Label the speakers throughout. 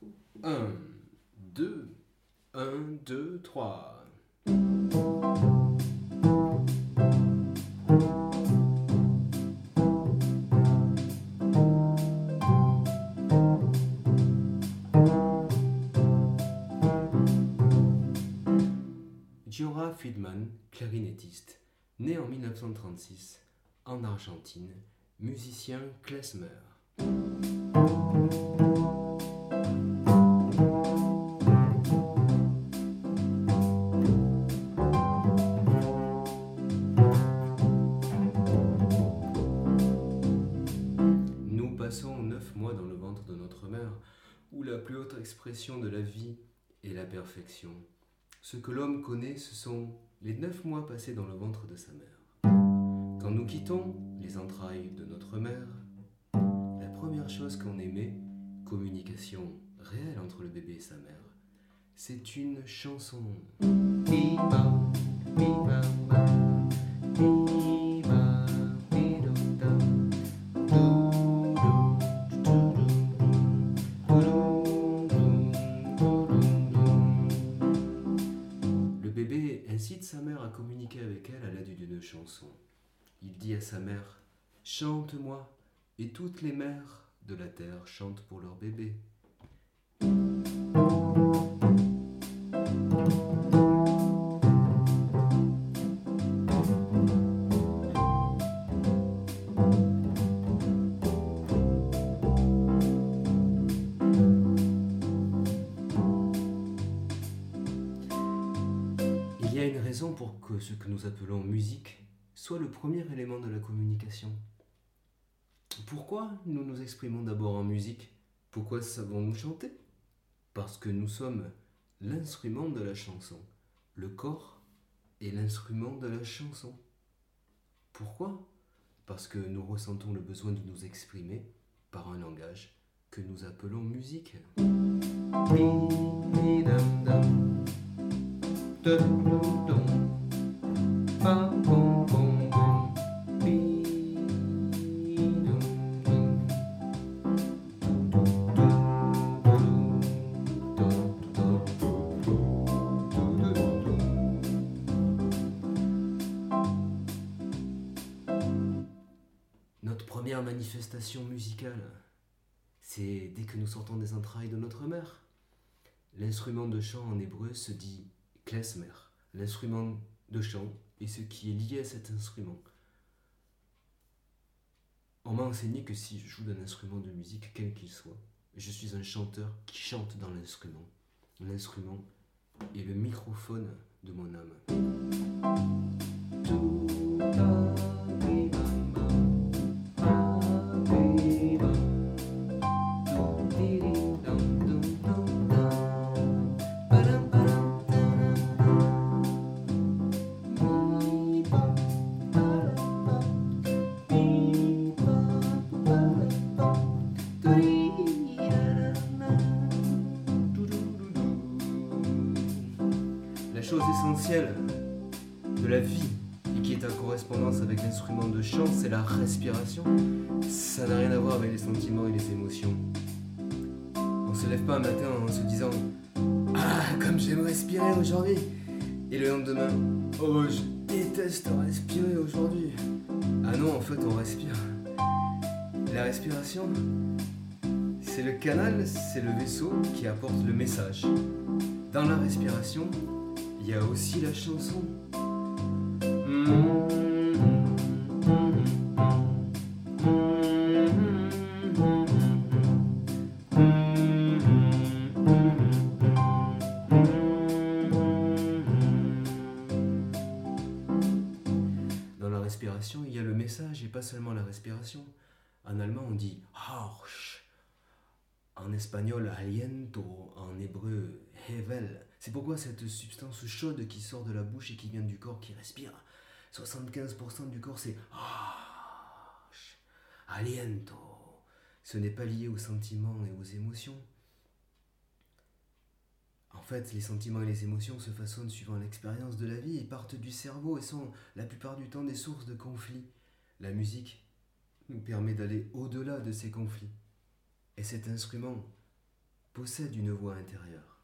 Speaker 1: Un, deux, un, deux, trois. Giora Friedman, clarinettiste, né en 1936 en Argentine, musicien klezmer. Nous passons 9 mois dans le ventre de notre mère, où la plus haute expression de la vie est la perfection. Ce que l'homme connaît, ce sont les 9 mois passés dans le ventre de sa mère. Quand nous quittons les entrailles de notre mère, la première chose qu'on émet, communication réelle entre le bébé et sa mère, c'est une chanson. Le bébé incite sa mère à communiquer avec elle à l'aide d'une chanson. Il dit à sa mère « Chante-moi » et toutes les mères de la terre chantent pour leur bébé. Il y a une raison pour que ce que nous appelons musique soit le premier élément de la communication. Pourquoi nous nous exprimons d'abord en musique? Pourquoi savons-nous chanter? Parce que nous sommes l'instrument de la chanson. Le corps est l'instrument de la chanson. Pourquoi? Parce que nous ressentons le besoin de nous exprimer par un langage que nous appelons musique. Notre première manifestation musicale, c'est dès que nous sortons des entrailles de notre mère. L'instrument de chant en hébreu se dit klezmer. L'instrument de chant est ce qui est lié à cet instrument. On m'a enseigné que si je joue d'un instrument de musique, quel qu'il soit, je suis un chanteur qui chante dans l'instrument. L'instrument est le microphone de mon âme. La chose essentielle de la vie et qui est en correspondance avec l'instrument de chant, c'est la respiration. Ça n'a rien à voir avec les sentiments et les émotions. On se lève pas un matin en se disant « Ah, comme j'aime respirer aujourd'hui !» et le lendemain « Oh, je déteste respirer aujourd'hui !» Ah non, en fait, on respire. La respiration, c'est le canal, c'est le vaisseau qui apporte le message. Dans la respiration, il y a aussi la chanson. Dans la respiration, il y a le message et pas seulement la respiration. En allemand, on dit Harsch. En espagnol, aliento. En hébreu, hevel. C'est pourquoi cette substance chaude qui sort de la bouche et qui vient du corps qui respire, 75% du corps c'est Harsch. Aliento. Ce n'est pas lié aux sentiments et aux émotions. En fait, les sentiments et les émotions se façonnent suivant l'expérience de la vie et partent du cerveau et sont la plupart du temps des sources de conflits. La musique nous permet d'aller au-delà de ces conflits. Et cet instrument possède une voix intérieure.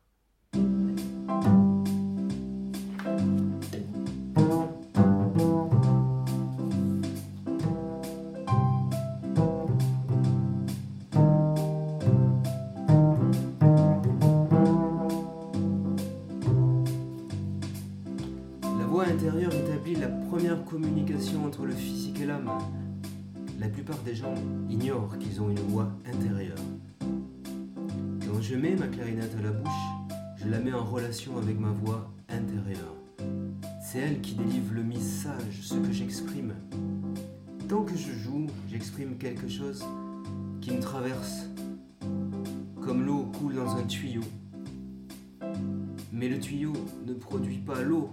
Speaker 1: La voix intérieure établit la première communication entre le physique et l'âme. La plupart des gens ignorent qu'ils ont une voix intérieure. Quand je mets ma clarinette à la bouche, je la mets en relation avec ma voix intérieure. C'est elle qui délivre le message, ce que j'exprime. Tant que je joue, j'exprime quelque chose qui me traverse, comme l'eau coule dans un tuyau. Mais le tuyau ne produit pas l'eau.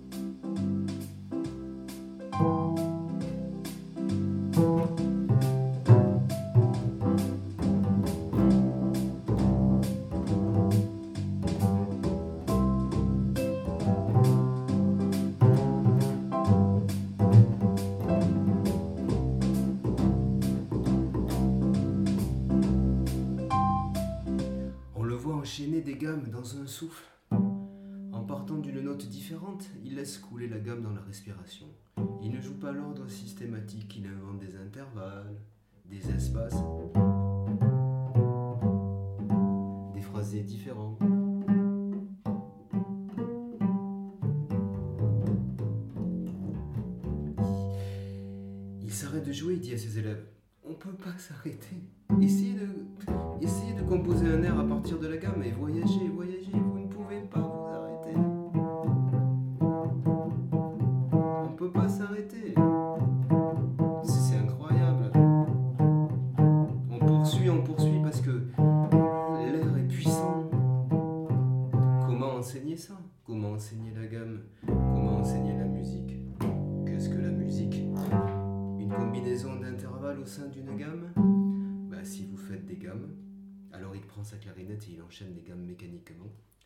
Speaker 1: Enchaîner des gammes dans un souffle. En partant d'une note différente, il laisse couler la gamme dans la respiration. Il ne joue pas l'ordre systématique, il invente des intervalles, des espaces, des phrasés différents. Il s'arrête de jouer et dit à ses élèves: on peut pas s'arrêter. Essayez de composer un air à partir de la gamme et voyagez, vous ne pouvez pas vous arrêter. On peut pas s'arrêter. C'est incroyable. On poursuit parce que l'air est puissant. Comment enseigner ça? Comment enseigner la gamme? Comment enseigner la musique? Qu'est-ce que la musique? Une combinaison d'intervalles au sein d'une gamme? Si vous faites des gammes, alors il prend sa clarinette et il enchaîne les gammes mécaniquement.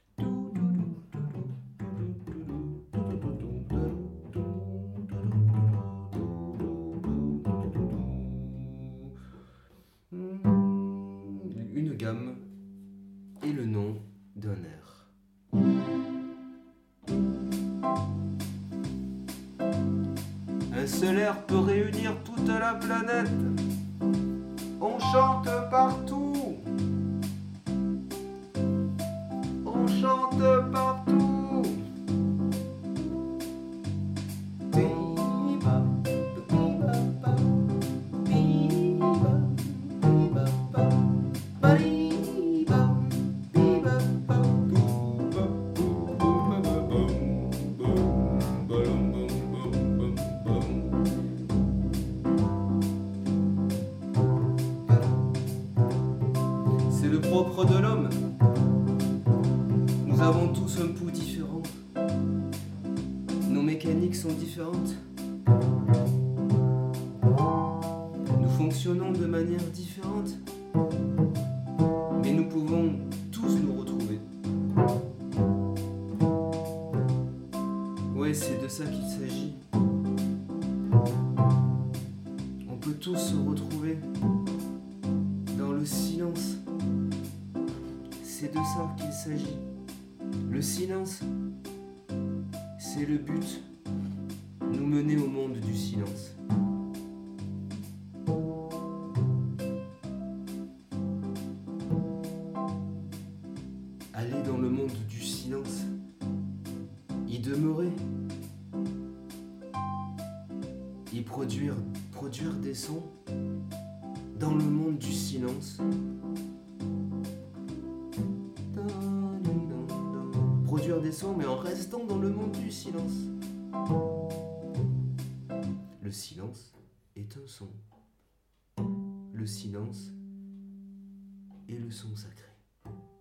Speaker 1: Une gamme et le nom d'un air. Un seul air peut réunir toute la planète. On chante partout. On chante partout. C'est le propre de l'homme. Nous avons tous un pouls différent. Nos mécaniques sont différentes. Nous fonctionnons de manière différente. Mais nous pouvons tous nous retrouver. Ouais, c'est de ça qu'il s'agit. On peut tous se retrouver dans le silence. C'est de ça qu'il s'agit. Le silence, c'est le but. Nous mener au monde du silence. Aller dans le monde du silence. Y demeurer. Y produire des sons dans le monde du silence. Produire des sons, mais en restant dans le monde du silence. Le silence est un son. Le silence est le son sacré.